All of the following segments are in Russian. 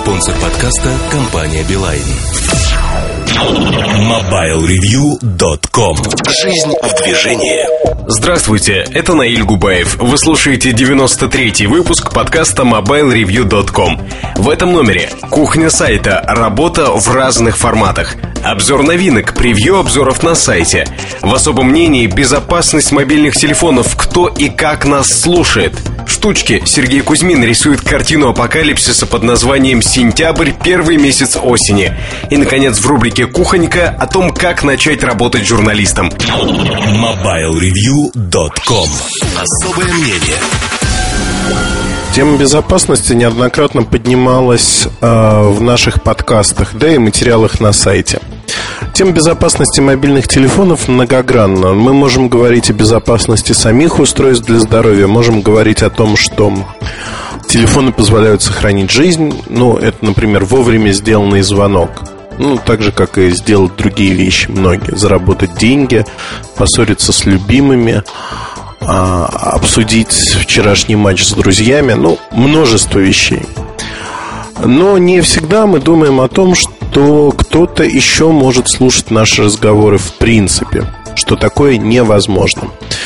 Спонсор подкаста – компания «Билайн». MobileReview.com. Жизнь в движении. Здравствуйте, это Наиль Губаев. Вы слушаете 93-й выпуск подкаста MobileReview.com. В этом номере кухня сайта, работа в разных форматах, обзор новинок, превью обзоров на сайте. В особом мнении безопасность мобильных телефонов, кто и как нас слушает. В штучке Сергей Кузьмин рисует картину апокалипсиса под названием «Сентябрь. Первый месяц осени». И, наконец, в рубрике «Кухонька» о том, как начать работать журналистом. MobileReview.com. Особое мнение. Тема безопасности неоднократно поднималась в наших подкастах, да и материалах на сайте. Тема безопасности мобильных телефонов многогранна. Мы можем говорить о безопасности самих устройств для здоровья, можем говорить о том, что телефоны позволяют сохранить жизнь. Ну, это, например, вовремя сделанный звонок. Ну, так же, как и сделать другие вещи многие. Заработать деньги, поссориться с любимыми, обсудить вчерашний матч с друзьями. Ну, множество вещей. Но не всегда мы думаем о том, что кто-то еще может слушать наши разговоры в принципе, что такое невозможно.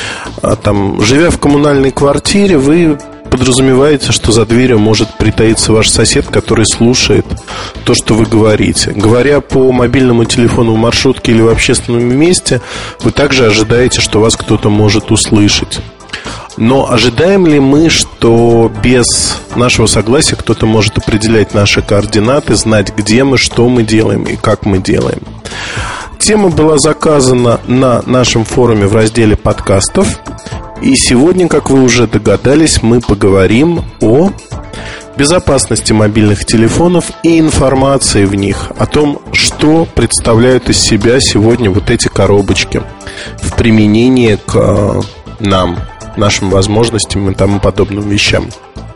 Живя в коммунальной квартире, вы подразумеваете, что за дверью может притаиться ваш сосед, который слушает то, что вы говорите. Говоря по мобильному телефону в маршрутке или в общественном месте, вы также ожидаете, что вас кто-то может услышать. Но ожидаем ли мы, что без нашего согласия кто-то может определять наши координаты, знать, где мы, что мы делаем и как мы делаем? Тема была заказана на нашем форуме в разделе подкастов. И сегодня, как вы уже догадались, мы поговорим о безопасности мобильных телефонов и информации в них, о том, что представляют из себя сегодня вот эти коробочки в применении к нам, нашим возможностям и тому подобным вещам.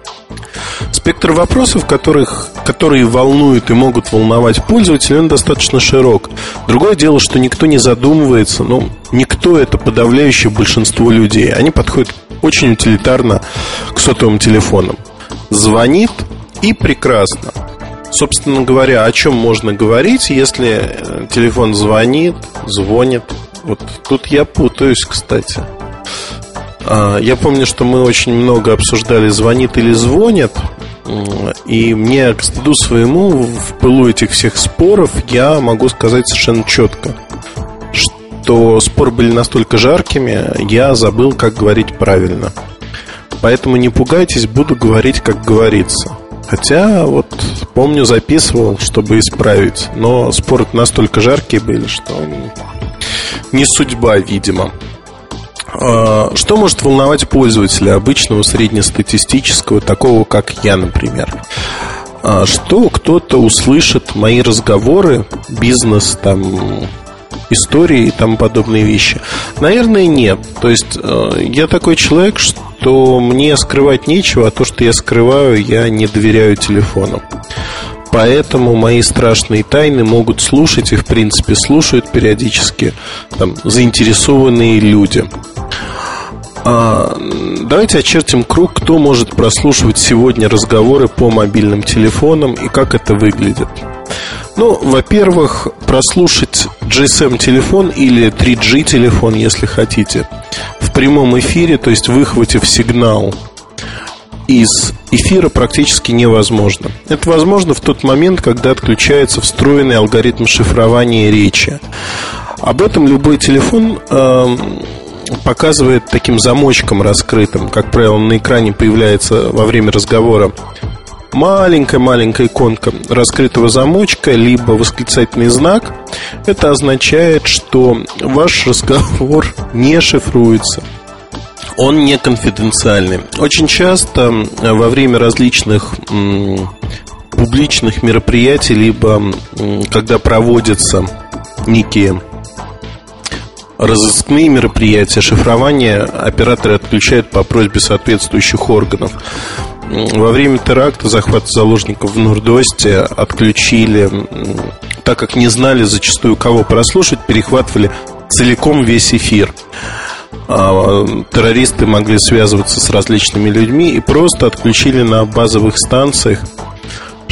Спектр вопросов, которые волнуют и могут волновать пользователя, он достаточно широк. Другое дело, что никто не задумывается. Никто — это подавляющее большинство людей. Они подходят очень утилитарно к сотовым телефонам. Звонит и прекрасно. Собственно говоря, о чем можно говорить, если телефон звонит? Вот тут я путаюсь, кстати. Я помню, что мы очень много обсуждали, звонит или звонит. И мне, к стыду своему, в пылу этих всех споров, я могу сказать совершенно четко, что споры были настолько жаркими, я забыл, как говорить правильно. Поэтому не пугайтесь, буду говорить, как говорится. Хотя, помню, записывал, чтобы исправить. Но споры настолько жаркие были, что не судьба, видимо. Что может волновать пользователя обычного, среднестатистического, такого, как я, например? Что кто-то услышит мои разговоры, бизнес, истории и тому подобные вещи? Наверное, нет. То есть я такой человек, что мне скрывать нечего, а то, что я скрываю, я не доверяю телефону. Поэтому мои страшные тайны могут слушать и, в принципе, слушают периодически заинтересованные люди. Давайте очертим круг, кто может прослушивать сегодня разговоры по мобильным телефонам и как это выглядит. Во-первых, прослушать GSM-телефон или 3G-телефон, если хотите, в прямом эфире, то есть выхватив сигнал из эфира, практически невозможно. Это возможно в тот момент, когда отключается встроенный алгоритм шифрования речи. Об этом любой телефон показывает таким замочком раскрытым. Как правило, на экране появляется во время разговора маленькая иконка раскрытого замочка, либо восклицательный знак. Это означает, что ваш разговор не шифруется. Он не конфиденциальный. Очень часто во время различных публичных мероприятий, либо когда проводятся некие разыскные мероприятия, шифрование операторы отключают по просьбе соответствующих органов. Во время теракта, захвата заложников в Норд-Осте отключили, так как не знали зачастую, кого прослушать, перехватывали целиком весь эфир. Террористы могли связываться с различными людьми и просто отключили на базовых станциях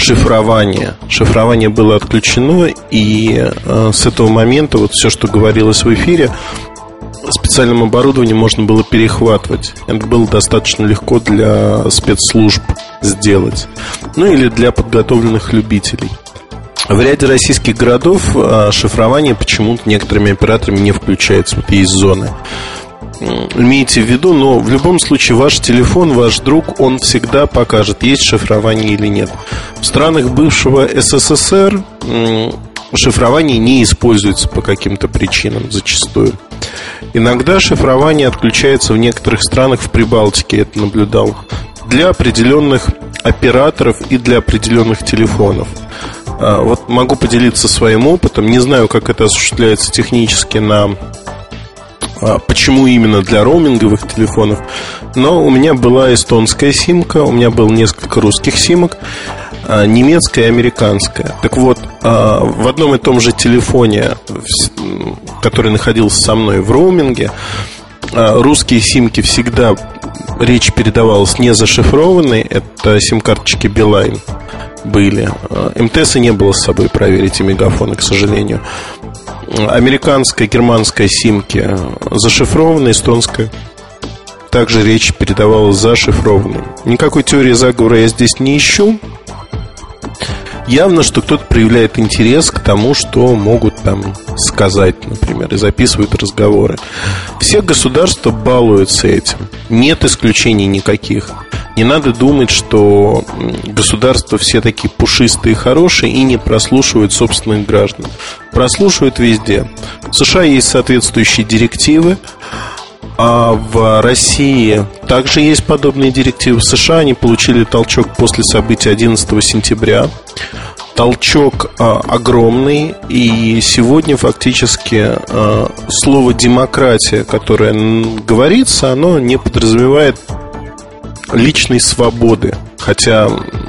шифрование. Шифрование было отключено, и с этого момента вот все, что говорилось в эфире, специальным оборудованием можно было перехватывать. Это было достаточно легко для спецслужб сделать. Ну или для подготовленных любителей. В ряде российских городов шифрование почему-то некоторыми операторами не включается. Вот есть зоны. Имейте в виду, но в любом случае ваш телефон, ваш друг, он всегда покажет, есть шифрование или нет. В странах бывшего СССР шифрование не используется по каким-то причинам зачастую. Иногда шифрование отключается в некоторых странах в Прибалтике, я это наблюдал, для определенных операторов и для определенных телефонов. Вот могу поделиться своим опытом. Не знаю, как это осуществляется технически почему именно для роуминговых телефонов. Но у меня была эстонская симка, у меня было несколько русских симок, немецкая и американская. Так вот, в одном и том же телефоне, который находился со мной в роуминге, русские симки всегда речь передавалась не зашифрованной. Это сим-карточки Билайн были. МТСа не было с собой проверить, и мегафона, к сожалению. Американская, германская симки зашифрованная, эстонская также речь передавалась зашифрованной. Никакой теории заговора я здесь не ищу. Явно, что кто-то проявляет интерес к тому, что могут там сказать, например, и записывают разговоры. Все государства балуются этим. Нет исключений никаких. Не надо думать, что государства все такие пушистые и хорошие и не прослушивают собственных граждан. Прослушивают везде. В США есть соответствующие директивы, а в России также есть подобные директивы. В США они получили толчок после событий 11 сентября. Толчок огромный. И сегодня фактически слово «демократия», которое говорится, оно не подразумевает личной свободы. Хотя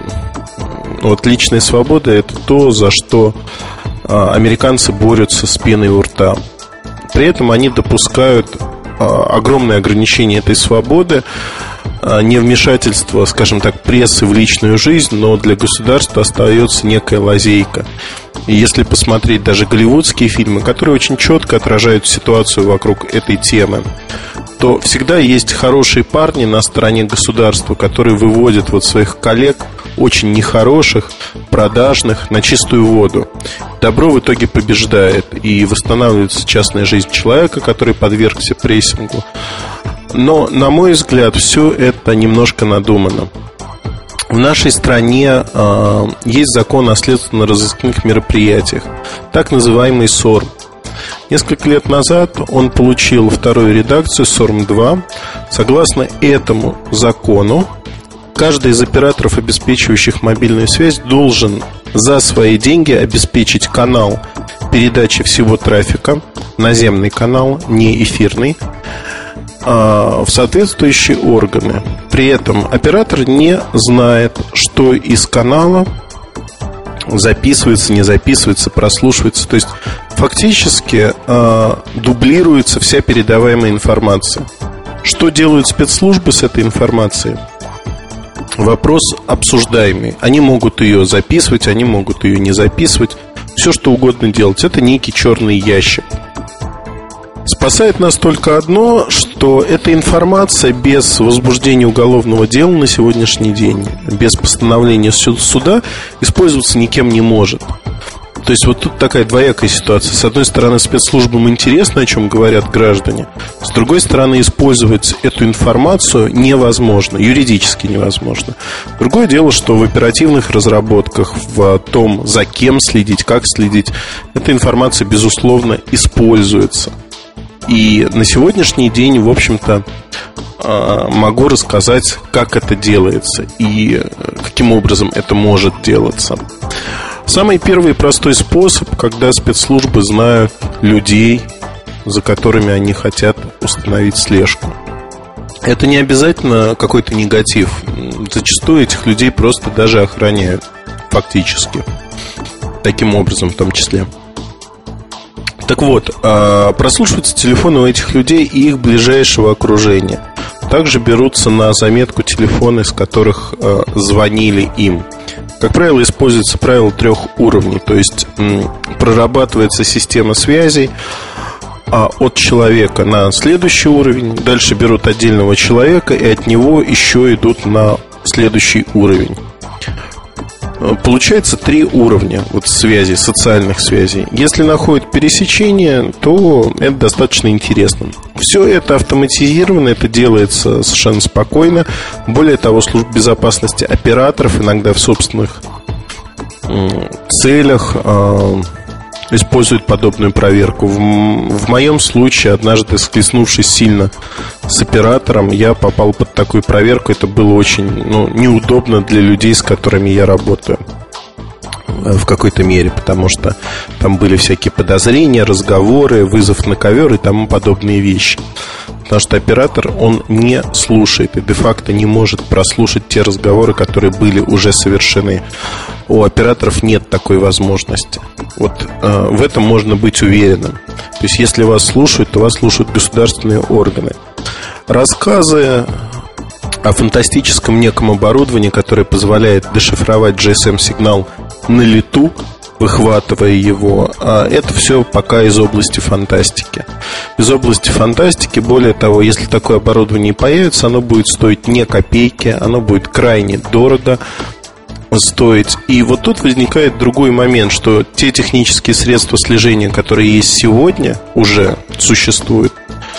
вот личная свобода — это то, за что американцы борются с пеной у рта. При этом они допускают огромное ограничение этой свободы, невмешательство, скажем так, прессы в личную жизнь, но для государства остается некая лазейка. И если посмотреть даже голливудские фильмы, которые очень четко отражают ситуацию вокруг этой темы, то всегда есть хорошие парни на стороне государства, которые выводят вот своих коллег, очень нехороших, продажных, на чистую воду. Добро в итоге побеждает, и восстанавливается частная жизнь человека, который подвергся прессингу. Но, на мой взгляд, все это немножко надумано. В нашей стране есть закон о следственно-розыскных мероприятиях, так называемый СОРМ. Несколько лет назад он получил вторую редакцию, СОРМ-2. Согласно этому закону, каждый из операторов, обеспечивающих мобильную связь, должен за свои деньги обеспечить канал передачи всего трафика, наземный канал, не эфирный, в соответствующие органы. При этом оператор не знает, что из канала записывается, не записывается, прослушивается. То есть фактически дублируется вся передаваемая информация. Что делают спецслужбы с этой информацией? Вопрос обсуждаемый. Они могут ее записывать, они могут ее не записывать. Все, что угодно делать. Это некий черный ящик. Спасает нас только одно, что эта информация без возбуждения уголовного дела на сегодняшний день, без постановления суда, использоваться никем не может. То есть вот тут такая двоякая ситуация. С одной стороны, спецслужбам интересно, о чем говорят граждане. С другой стороны, использовать эту информацию невозможно, юридически невозможно. Другое дело, что в оперативных разработках, в том, за кем следить, как следить, эта информация, безусловно, используется. И на сегодняшний день, в общем-то, могу рассказать, как это делается и каким образом это может делаться. Самый первый простой способ, когда спецслужбы знают людей, за которыми они хотят установить слежку. Это не обязательно какой-то негатив. Зачастую этих людей просто даже охраняют, фактически. Таким образом, в том числе. Так вот, прослушиваются телефоны у этих людей и их ближайшего окружения. Также берутся на заметку телефоны, с которых звонили им. Как правило, используется правило 3 уровней. То есть прорабатывается система связей от человека на следующий уровень. Дальше берут отдельного человека, и от него еще идут на следующий уровень. Получается 3 уровня связей, социальных связей. Если находят пересечение, то это достаточно интересно. Все это автоматизировано, это делается совершенно спокойно. Более того, служба безопасности операторов иногда в собственных целях используют подобную проверку. В моем случае, однажды схлестнувшись сильно с оператором, я попал под такую проверку. Это было очень неудобно для людей, с которыми я работаю в какой-то мере, потому что там были всякие подозрения, разговоры, вызов на ковер и тому подобные вещи. Потому что оператор, он не слушает и де-факто не может прослушать те разговоры, которые были уже совершены. У операторов нет такой возможности. В этом можно быть уверенным. То есть, если вас слушают, то вас слушают государственные органы. Рассказы о фантастическом неком оборудовании, которое позволяет дешифровать GSM-сигнал на лету, выхватывая его, это все пока из области фантастики. Из области фантастики, более того, если такое оборудование появится, оно будет стоить не копейки, оно будет крайне дорого стоить. И тут возникает другой момент, что те технические средства слежения, которые есть сегодня, уже существуют,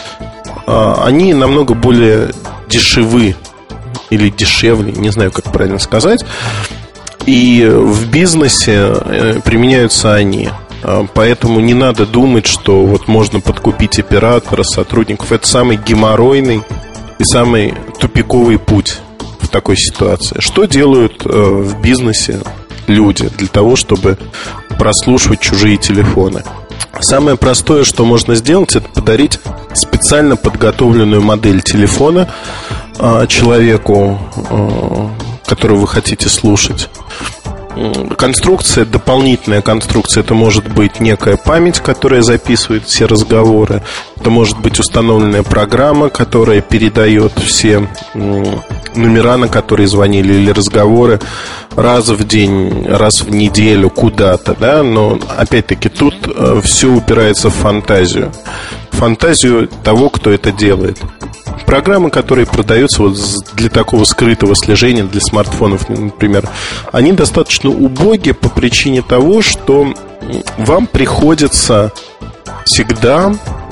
они намного более дешевы или дешевле, не знаю, как правильно сказать. И в бизнесе применяются они. Поэтому не надо думать, что можно подкупить оператора, сотрудников. Это самый геморройный и самый тупиковый путь в такой ситуации. Что делают в бизнесе люди для того, чтобы прослушивать чужие телефоны? Самое простое, что можно сделать, это подарить специально подготовленную модель телефона человеку, которую вы хотите слушать. Конструкция, дополнительная конструкция, это может быть некая память, которая записывает все разговоры. Это может быть установленная программа, которая передает все номера, на которые звонили, или разговоры раз в день, раз в неделю куда-то, да? Но опять-таки тут все упирается в фантазию. Фантазию того, кто это делает. Программы, которые продаются для такого скрытого слежения, для смартфонов, например, они достаточно убогие по причине того, что вам приходится всегда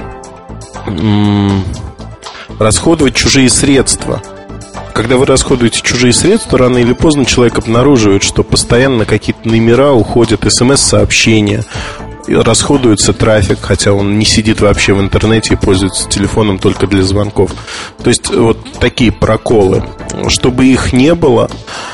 расходовать чужие средства. Когда вы расходуете чужие средства, рано или поздно человек обнаруживает, что постоянно на какие-то номера уходят смс-сообщения, расходуется трафик, хотя он не сидит вообще в интернете и пользуется телефоном только для звонков. То есть такие проколы. Чтобы их не было,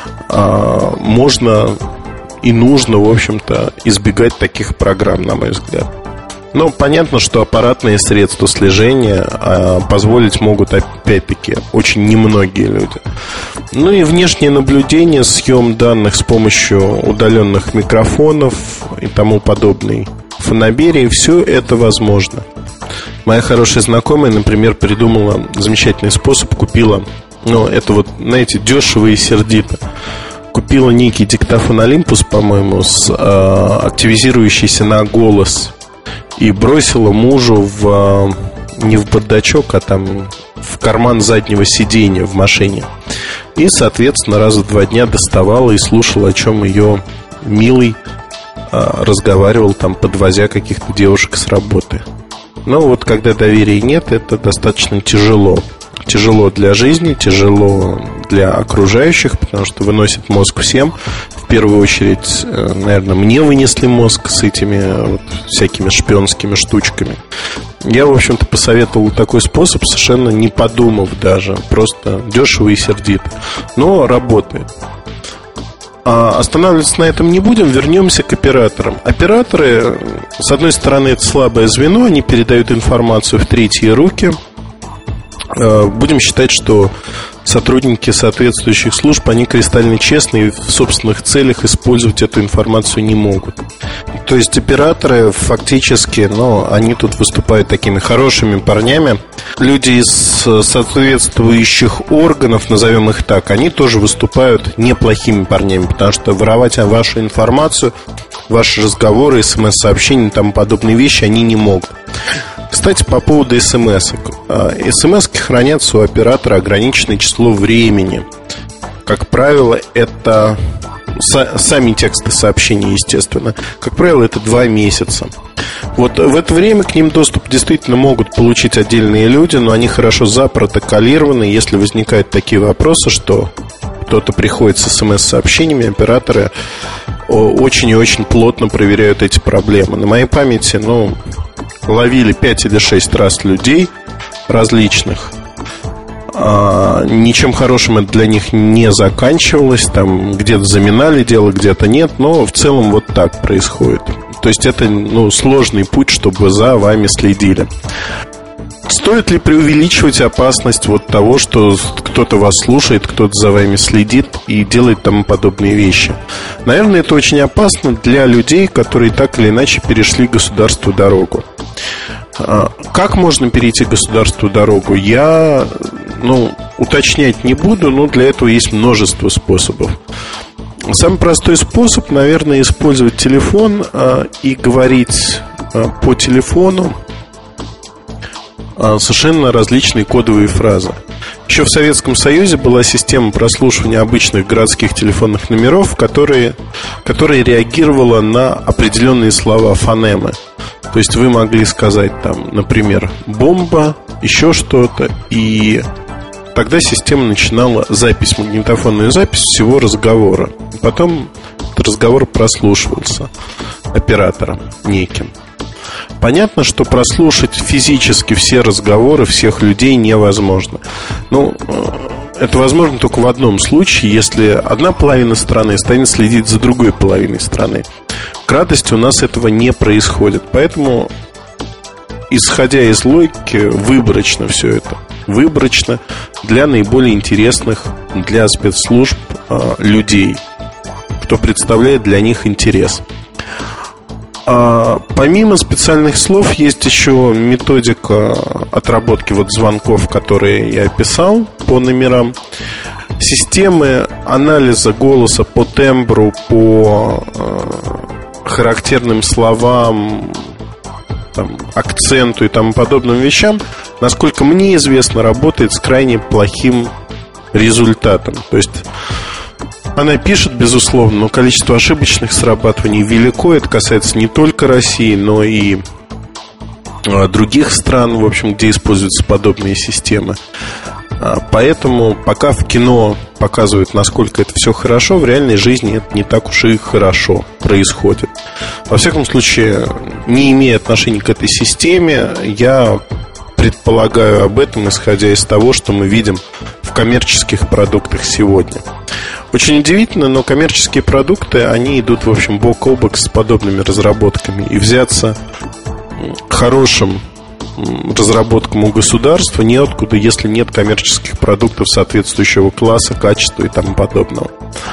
можно и нужно, в общем-то, избегать таких программ, на мой взгляд. Но понятно, что аппаратные средства слежения позволить могут, опять-таки, очень немногие люди. Ну и внешнее наблюдение, съем данных с помощью удаленных микрофонов и тому подобной фоноберии, все это возможно. Моя хорошая знакомая, например, придумала замечательный способ, купила, это знаете, дешево и сердито. Купила некий диктофон Olympus, по-моему, активизирующийся на голос, и бросила мужу не в бардачок, а там в карман заднего сиденья в машине. И, соответственно, раз в 2 дня доставала и слушала, о чем ее милый разговаривал, там, подвозя каких-то девушек с работы. Но когда доверия нет, это достаточно тяжело. Тяжело для жизни, тяжело для окружающих, потому что выносит мозг всем. В первую очередь, наверное, мне вынесли мозг с этими всякими шпионскими штучками. Я, в общем-то, посоветовал такой способ, совершенно не подумав даже. Просто дешево и сердито. Но работает. Останавливаться на этом не будем, вернемся к операторам. Операторы, с одной стороны, это слабое звено, они передают информацию в третьи руки. будем считать, что сотрудники соответствующих служб, они кристально честны и в собственных целях использовать эту информацию не могут. То есть операторы фактически, они тут выступают такими хорошими парнями. Люди из соответствующих органов, назовем их так, они тоже выступают неплохими парнями, потому что воровать вашу информацию, ваши разговоры, смс-сообщения и тому подобные вещи они не могут. Кстати, по поводу смс-ок. СМС-ки хранятся у оператора ограниченное число времени. Как правило, это сами тексты сообщений, естественно. Как правило, это 2 месяца. Вот в это время к ним доступ действительно могут получить отдельные люди, но они хорошо запротоколированы. Если возникают такие вопросы, что кто-то приходит с смс-сообщениями, операторы очень и очень плотно проверяют эти проблемы. На моей памяти, ловили 5 или 6 раз людей различных. Ничем хорошим это для них не заканчивалось. Там где-то заминали дело, где-то нет. Но в целом вот так происходит. То есть это сложный путь, чтобы за вами следили. Стоит ли преувеличивать опасность того, что кто-то вас слушает, кто-то за вами следит и делает тому подобные вещи? Наверное, это очень опасно для людей, которые так или иначе перешли государству дорогу. Как можно перейти государству дорогу, я уточнять не буду, но для этого есть множество способов. Самый простой способ, наверное, использовать телефон и говорить по телефону совершенно различные кодовые фразы. Еще в Советском Союзе была система прослушивания обычных городских телефонных номеров, которая реагировала на определенные слова, фонемы. То есть вы могли сказать например, бомба, еще что-то, и тогда система начинала магнитофонную запись всего разговора. Потом этот разговор прослушивался оператором неким. Понятно, что прослушать физически все разговоры всех людей невозможно. Это возможно только в одном случае, если одна половина страны станет следить за другой половиной страны. К радости у нас этого не происходит. Поэтому, исходя из логики, выборочно все это. Выборочно для наиболее интересных для спецслужб людей, кто представляет для них интерес. Помимо специальных слов есть еще методика отработки звонков, которые я описал по номерам. Системы анализа голоса по тембру, по характерным словам, акценту и тому подобным вещам, насколько мне известно, работает с крайне плохим результатом. То есть она пишет, безусловно, но количество ошибочных срабатываний велико. Это касается не только России, но и других стран, в общем, где используются подобные системы. Поэтому пока в кино показывают, насколько это все хорошо, в реальной жизни это не так уж и хорошо происходит. Во всяком случае, не имея отношения к этой системе, я предполагаю об этом, исходя из того, что мы видим в коммерческих продуктах сегодня. Очень удивительно, но коммерческие продукты, они идут, в общем, бок о бок с подобными разработками. И взяться хорошим разработкам у государства неоткуда, если нет коммерческих продуктов соответствующего класса, качества и тому подобного.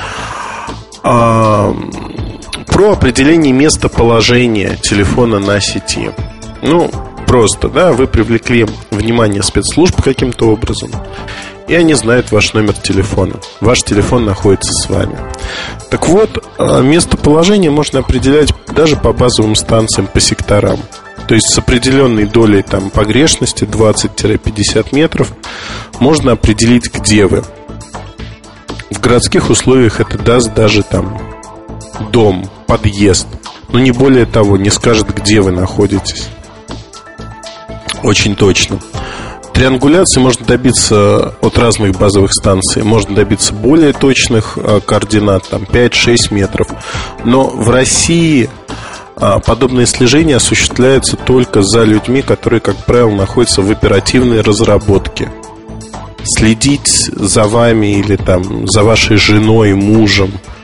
Про определение местоположения телефона на сети. Просто, вы привлекли внимание спецслужб каким-то образом, и они знают ваш номер телефона. Ваш телефон находится с вами. Так вот, местоположение можно определять даже по базовым станциям, по секторам. То есть с определенной долей погрешности 20-50 метров можно определить, где вы. В городских условиях это даст даже дом, подъезд. Но не более того, не скажет, где вы находитесь. Очень точно. Триангуляции можно добиться от разных базовых станций. Можно добиться более точных координат, 5-6 метров. Но в России подобное слежение осуществляется только за людьми, которые, как правило, находятся в оперативной разработке. Следить за вами или за вашей женой, мужем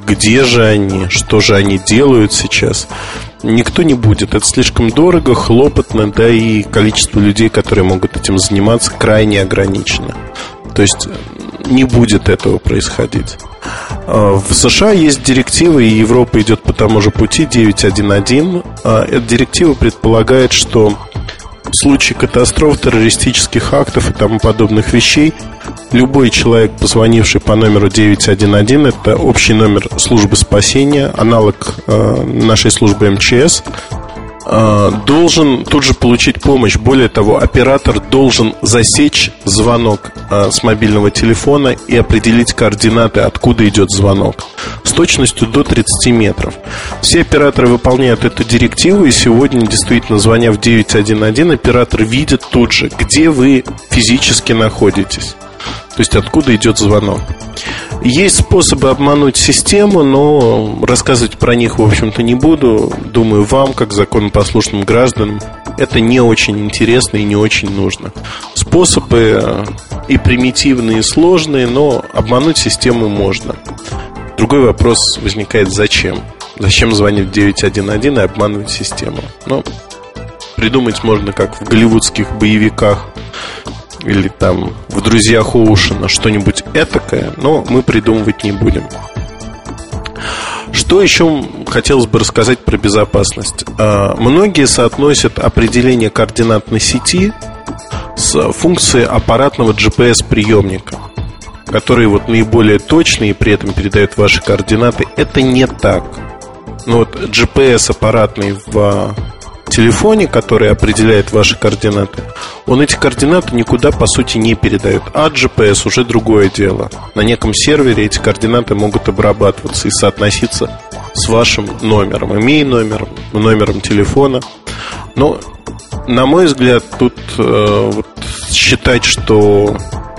где же они, что же они делают сейчас, никто не будет. Это слишком дорого, хлопотно, да и количество людей, которые могут этим заниматься, крайне ограничено. То есть не будет этого происходить. В США есть директива, и Европа идет по тому же пути, 9.1.1. Эта директива предполагает, что в случае катастроф, террористических актов и тому подобных вещей любой человек, позвонивший по номеру 911, это общий номер службы спасения, аналог нашей службы МЧС, должен тут же получить помощь. Более того, оператор должен засечь звонок с мобильного телефона и определить координаты, откуда идет звонок, с точностью до 30 метров. Все операторы выполняют эту директиву, и сегодня, действительно, звоня в 911, оператор видит тут же, где вы физически находитесь, то есть откуда идет звонок. Есть способы обмануть систему, но рассказывать про них, в общем-то, не буду. Думаю, вам, как законопослушным гражданам, это не очень интересно и не очень нужно. Способы и примитивные, и сложные, но обмануть систему можно. Другой вопрос возникает: зачем? Зачем звонить в 911 и обманывать систему? Ну, придумать можно, как в голливудских боевиках или там в «Друзьях Оушена», что-нибудь этакое, но мы придумывать не будем. Что еще хотелось бы рассказать про безопасность? Многие соотносят определение координатной сети с функцией аппаратного GPS-приемника, который вот наиболее точный и при этом передает ваши координаты. Это не так. Но вот GPS аппаратный в телефоне, который определяет ваши координаты, он эти координаты никуда по сути не передает. А GPS уже другое дело. На неком сервере эти координаты могут обрабатываться и соотноситься с вашим номером, номером телефона. Но, на мой взгляд, тут вот считать, что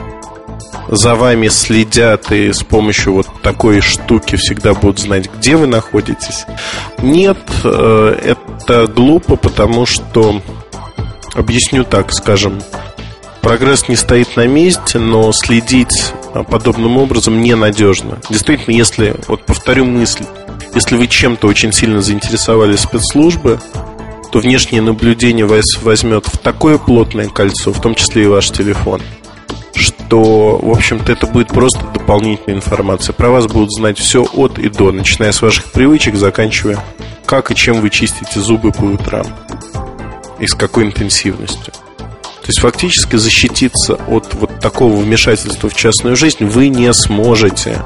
за вами следят и с помощью вот такой штуки всегда будут знать, где вы находитесь, нет, это глупо, потому что, объясню так, скажем, прогресс не стоит на месте, но следить подобным образом ненадежно. Действительно, если, вот повторю мысль, если вы чем-то очень сильно заинтересовали спецслужбы, то внешнее наблюдение вас возьмет в такое плотное кольцо, в том числе и ваш телефон, что, в общем-то, это будет просто дополнительная информация. Про вас будут знать все от и до, начиная с ваших привычек, заканчивая как и чем вы чистите зубы по утрам и с какой интенсивностью. То есть фактически защититься от вот такого вмешательства в частную жизнь вы не сможете,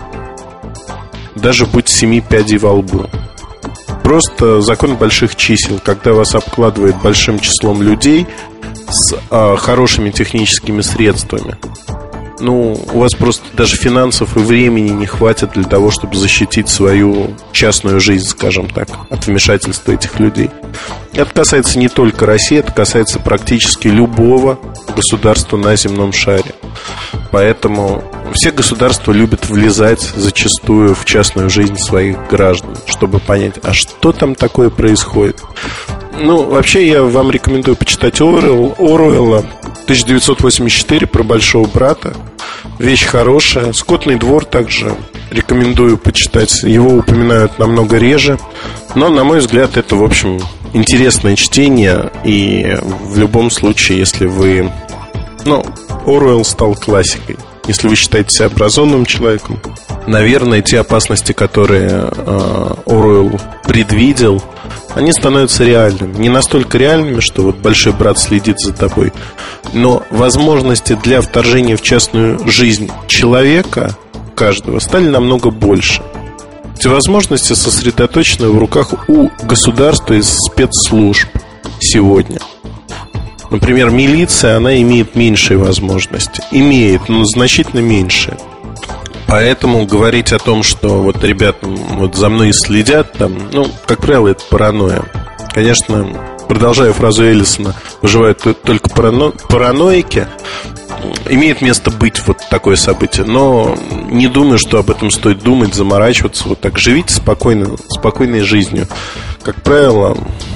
даже будь 7 пядей во лбу. Просто закон больших чисел, когда вас обкладывает большим числом людей с хорошими техническими средствами. Ну, у вас просто даже финансов и времени не хватит для того, чтобы защитить свою частную жизнь, скажем так, от вмешательства этих людей. Это касается не только России, это касается практически любого государства на земном шаре. Поэтому все государства любят влезать зачастую в частную жизнь своих граждан, чтобы понять, а что там такое происходит. Ну, вообще, я вам рекомендую почитать Оруэлла 1984 про большого брата. Вещь хорошая. «Скотный двор» также рекомендую почитать. Его упоминают намного реже, но, на мой взгляд, это, в общем, интересное чтение. И в любом случае, если вы... Ну, Оруэлл стал классикой. Если вы считаете себя образованным человеком, наверное, те опасности, которые Оруэлл предвидел, они становятся реальными. Не настолько реальными, что вот большой брат следит за тобой, но возможности для вторжения в частную жизнь человека, каждого, стали намного больше. Эти возможности сосредоточены в руках у государства и спецслужб сегодня. Например, милиция, она имеет меньшие возможности. Имеет, но значительно меньше. Поэтому говорить о том, что вот ребята вот за мной следят, там, ну, как правило, это паранойя. Конечно, продолжая фразу Эллисона, выживают только параноики. Имеет место быть вот такое событие. Но не думаю, что об этом стоит думать, заморачиваться. Вот так живите спокойной жизнью. Как правило,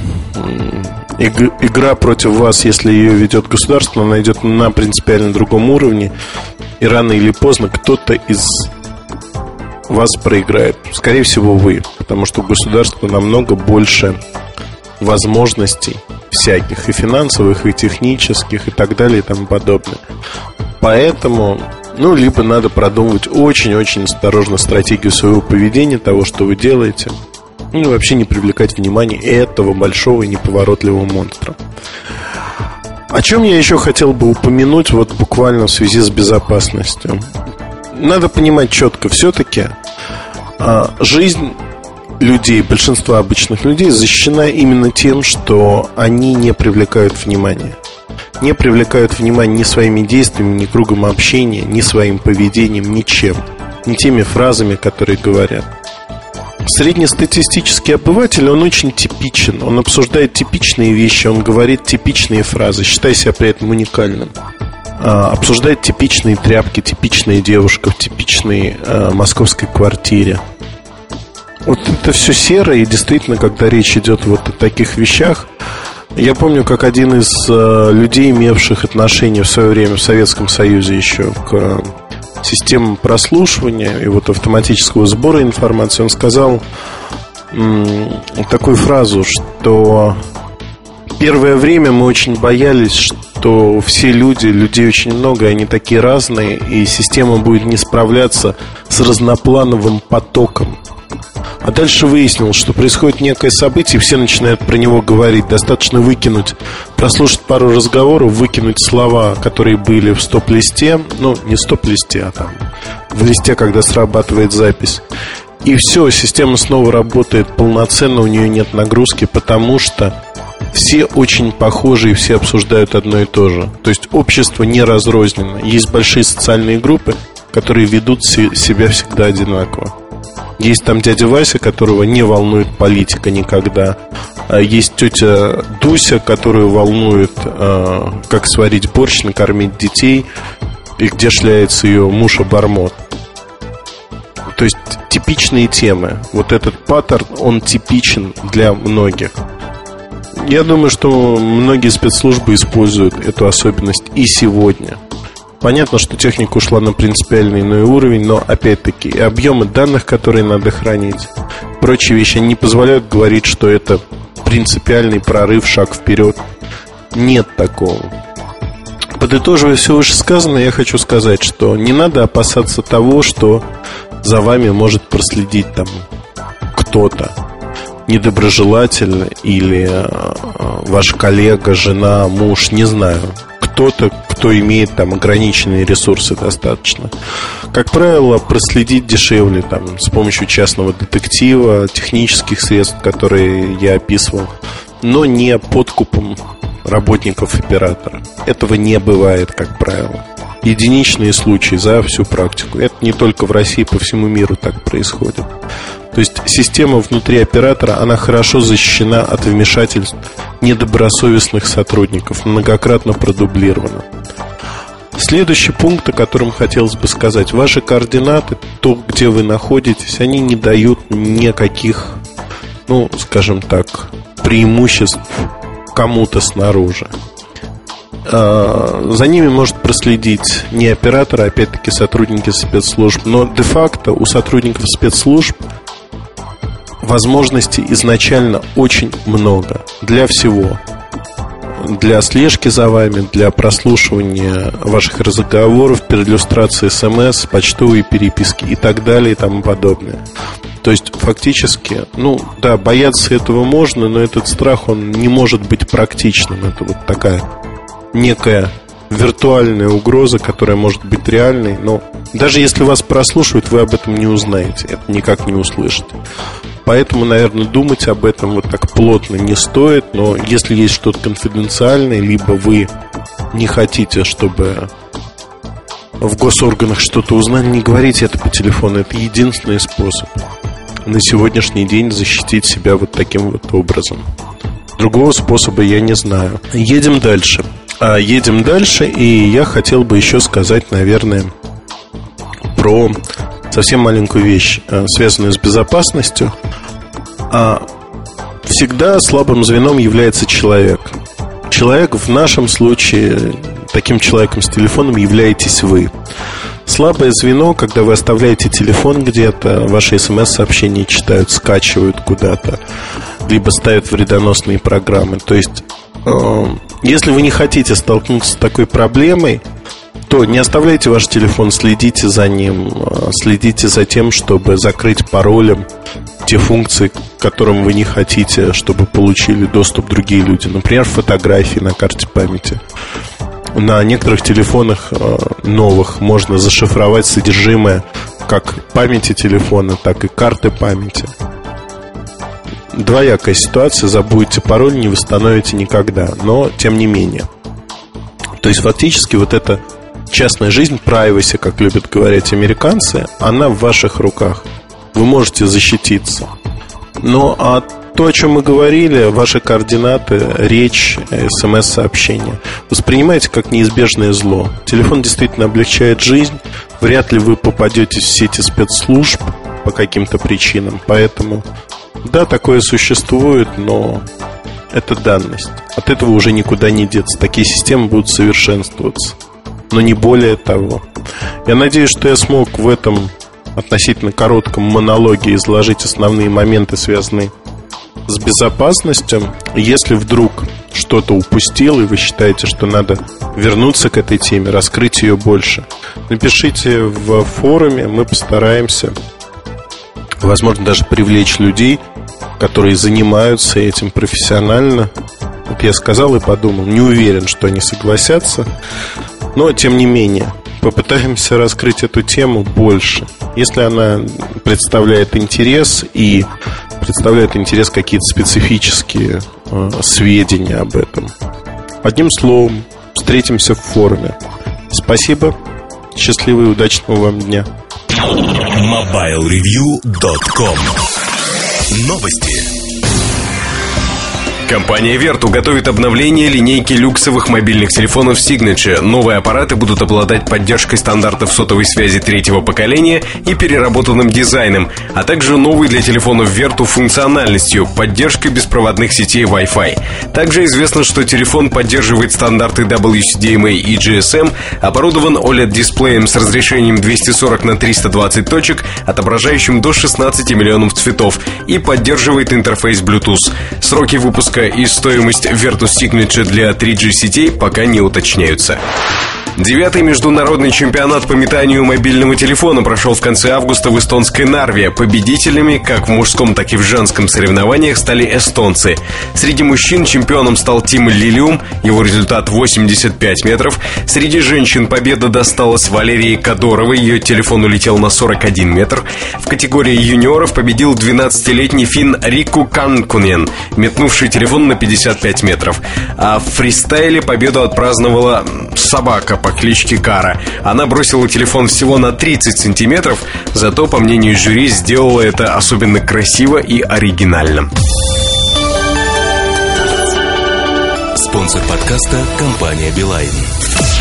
игра против вас, если ее ведет государство, она идет на принципиально другом уровне. И рано или поздно кто-то из вас проиграет? Скорее всего, вы. Потому что у государства намного больше возможностей всяких, и финансовых, и технических, и так далее, и тому подобное. Поэтому, либо надо продумывать очень-очень осторожно стратегию своего поведения, того, что вы делаете, или вообще не привлекать внимание этого большого и неповоротливого монстра. О чем я еще хотел бы упомянуть, вот буквально в связи с безопасностью. Надо понимать четко, все-таки жизнь людей, большинства обычных людей защищена именно тем, что они не привлекают внимания. Не привлекают внимания ни своими действиями, ни кругом общения, ни своим поведением, ничем. Ни теми фразами, которые говорят. Среднестатистический обыватель, он очень типичен. Он обсуждает типичные вещи, он говорит типичные фразы, считая себя при этом уникальным. Обсуждает типичные тряпки, типичная девушка в типичной московской квартире. Вот это все серо, и действительно, когда речь идет вот о таких вещах. Я помню, как один из людей, имевших отношение в свое время в Советском Союзе еще к системам прослушивания и вот автоматического сбора информации, он сказал такую фразу, что первое время мы очень боялись, что все людей очень много, и они такие разные, и система будет не справляться с разноплановым потоком. А дальше выяснилось, что происходит некое событие, и все начинают про него говорить. Достаточно прослушать пару разговоров, выкинуть слова, которые были в стоп-листе. Не стоп-листе, а там в листе, когда срабатывает запись. И все, система снова работает полноценно, у нее нет нагрузки, потому что все очень похожи и все обсуждают одно и то же. То есть общество не разрознено. Есть большие социальные группы, которые ведут себя всегда одинаково. Есть там дядя Вася, которого не волнует политика никогда. Есть тетя Дуся, которую волнует, как сварить борщ, накормить детей, и где шляется ее муж-обормот. То есть типичные темы. Вот этот паттерн, он типичен для многих. Я думаю, что многие спецслужбы используют эту особенность и сегодня. Понятно, что техника ушла на принципиально иной уровень, но, опять-таки, и объемы данных, которые надо хранить, прочие вещи не позволяют говорить, что это принципиальный прорыв, шаг вперед. Нет такого. Подытоживая все вышесказанное, я хочу сказать, что не надо опасаться того, что за вами может проследить там кто-то недоброжелательно, или ваш коллега, жена, муж, не знаю, кто-то, кто имеет там ограниченные ресурсы достаточно. Как правило, проследить дешевле там, с помощью частного детектива, технических средств, которые я описывал, но не подкупом работников оператора. Этого не бывает, как правило. Единичные случаи за всю практику. Это не только в России, по всему миру так происходит. То есть система внутри оператора, она хорошо защищена от вмешательств недобросовестных сотрудников, многократно продублирована. Следующий пункт, о котором хотелось бы сказать: ваши координаты, то, где вы находитесь, они не дают никаких, скажем так, преимуществ кому-то снаружи. За ними может проследить не оператор, а опять-таки сотрудники спецслужб. Но де-факто у сотрудников спецслужб возможностей изначально очень много для всего. Для слежки за вами, для прослушивания ваших разговоров, перлюстрации СМС, почтовой переписки и так далее и тому подобное. То есть фактически, бояться этого можно, но этот страх, он не может быть практичным. Это вот такая некая виртуальная угроза, которая может быть реальной, но даже если вас прослушивают, вы об этом не узнаете, это никак не услышите. Поэтому, наверное, думать об этом вот так плотно не стоит. Но если есть что-то конфиденциальное, либо вы не хотите, чтобы в госорганах что-то узнали, не говорите это по телефону. Это единственный способ на сегодняшний день защитить себя вот таким вот образом. Другого способа я не знаю. Едем дальше. И я хотел бы еще сказать, наверное, про совсем маленькую вещь, связанную с безопасностью. Всегда слабым звеном является человек. Человек, в нашем случае, таким человеком с телефоном являетесь вы. Слабое звено, когда вы оставляете телефон где-то, ваши смс-сообщения читают, скачивают куда-то, либо ставят вредоносные программы. То есть, если вы не хотите столкнуться с такой проблемой, то не оставляйте ваш телефон, следите за ним, следите за тем, чтобы закрыть паролем те функции, к которым вы не хотите, чтобы получили доступ другие люди. Например, фотографии на карте памяти. На некоторых телефонах новых можно зашифровать содержимое как памяти телефона, так и карты памяти. Двоякая ситуация, забудете пароль, не восстановите никогда, но тем не менее. То есть фактически вот эта частная жизнь, privacy, как любят говорить американцы, она в ваших руках. Вы можете защититься. Но то, о чем мы говорили, ваши координаты, речь, смс-сообщения, воспринимайте как неизбежное зло. Телефон действительно облегчает жизнь. Вряд ли вы попадете в сети спецслужб по каким-то причинам. Поэтому, да, такое существует, но это данность. От этого уже никуда не деться. Такие системы будут совершенствоваться, но не более того. Я надеюсь, что я смог в этом относительно коротком монологе изложить основные моменты, связанные с безопасностью. Если вдруг что-то упустил, и вы считаете, что надо вернуться к этой теме, раскрыть ее больше, напишите в форуме. Мы постараемся, возможно, даже привлечь людей, которые занимаются этим профессионально. Вот я сказал и подумал, не уверен, что они согласятся, но тем не менее попытаемся раскрыть эту тему больше. Если она представляет интерес и представляет интерес какие-то специфические сведения об этом. Одним словом, встретимся в форуме. Спасибо, счастливого и удачного вам дня. MobileReview.com. Новости. Компания Vertu готовит обновление линейки люксовых мобильных телефонов Signature. Новые аппараты будут обладать поддержкой стандартов сотовой связи третьего поколения и переработанным дизайном, а также новой для телефонов Vertu функциональностью, поддержкой беспроводных сетей Wi-Fi. Также известно, что телефон поддерживает стандарты WCDMA и GSM, оборудован OLED-дисплеем с разрешением 240 на 320 точек, отображающим до 16 миллионов цветов, и поддерживает интерфейс Bluetooth. Сроки выпуска и стоимость Vertu Signature для 3G сетей пока не уточняются. 9-й международный чемпионат по метанию мобильного телефона прошел в конце августа в эстонской Нарве. Победителями как в мужском, так и в женском соревнованиях стали эстонцы. Среди мужчин чемпионом стал Тим Лилиум, его результат 85 метров. Среди женщин победа досталась Валерии Кадоровой, ее телефон улетел на 41 метр. В категории юниоров победил 12-летний финн Рику Канкунен, метнувший телефон на 55 метров. А в фристайле победу отпраздновала собака по кличке Кара. Она бросила телефон всего на 30 сантиметров, зато, по мнению жюри, сделала это особенно красиво и оригинально. Спонсор подкаста — компания Билайн.